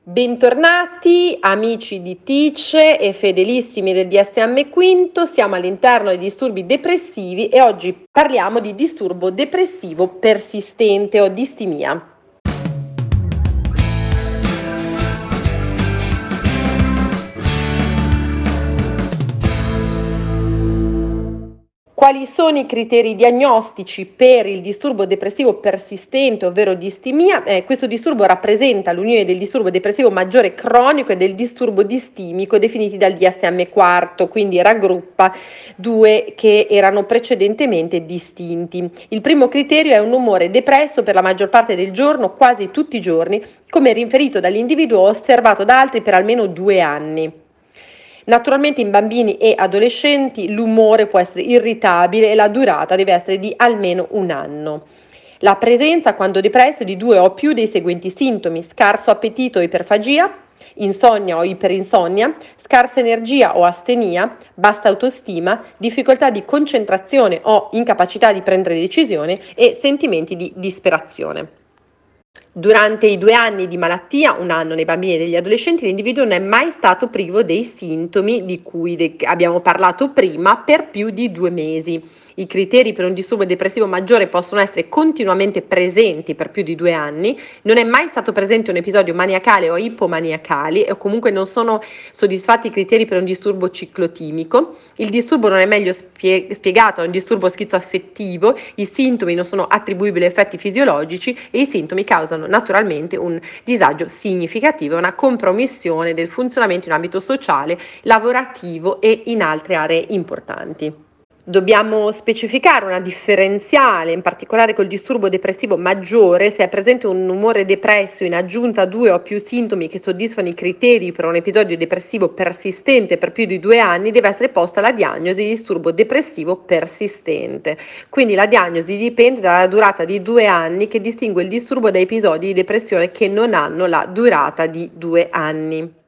Bentornati amici di Teach e fedelissimi del DSM Quinto, siamo all'interno dei disturbi depressivi e oggi parliamo di disturbo depressivo persistente o distimia. Quali sono i criteri diagnostici per il disturbo depressivo persistente, ovvero distimia? Questo disturbo rappresenta l'unione del disturbo depressivo maggiore cronico e del disturbo distimico definiti dal DSM-4, quindi raggruppa due che erano precedentemente distinti. Il primo criterio è un umore depresso per la maggior parte del giorno, quasi tutti i giorni, come riferito dall'individuo o osservato da altri per almeno 2 anni. Naturalmente in bambini e adolescenti l'umore può essere irritabile e la durata deve essere di almeno 1 anno. La presenza, quando depresso, di 2 o più dei seguenti sintomi: scarso appetito o iperfagia, insonnia o iperinsonnia, scarsa energia o astenia, bassa autostima, difficoltà di concentrazione o incapacità di prendere decisioni e sentimenti di disperazione. Durante i 2 anni di malattia, 1 anno nei bambini e negli adolescenti, l'individuo non è mai stato privo dei sintomi di cui abbiamo parlato prima per più di 2 mesi. I criteri per un disturbo depressivo maggiore possono essere continuamente presenti per più di 2 anni, non è mai stato presente un episodio maniacale o ipomaniacali o comunque non sono soddisfatti i criteri per un disturbo ciclotimico, il disturbo non è meglio spiegato a un disturbo schizoaffettivo, i sintomi non sono attribuibili a effetti fisiologici e i sintomi causano naturalmente un disagio significativo e una compromissione del funzionamento in ambito sociale, lavorativo e in altre aree importanti. Dobbiamo specificare una differenziale, in particolare col disturbo depressivo maggiore, se è presente un umore depresso in aggiunta a 2 o più sintomi che soddisfano i criteri per un episodio depressivo persistente per più di 2 anni, deve essere posta la diagnosi di disturbo depressivo persistente. Quindi la diagnosi dipende dalla durata di 2 anni che distingue il disturbo da episodi di depressione che non hanno la durata di 2 anni.